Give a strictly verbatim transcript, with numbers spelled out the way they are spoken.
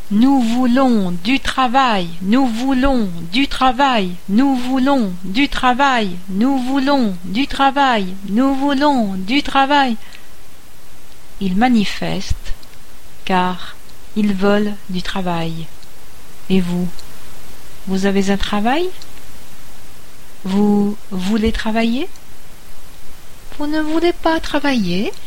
Nous voulons du travail, nous voulons du travail, nous voulons du travail, nous voulons du travail, nous voulons du travail. Ils manifestent car ils veulent du travail. Et vous, vous avez un travail? Vous voulez travailler? Vous ne voulez pas travailler?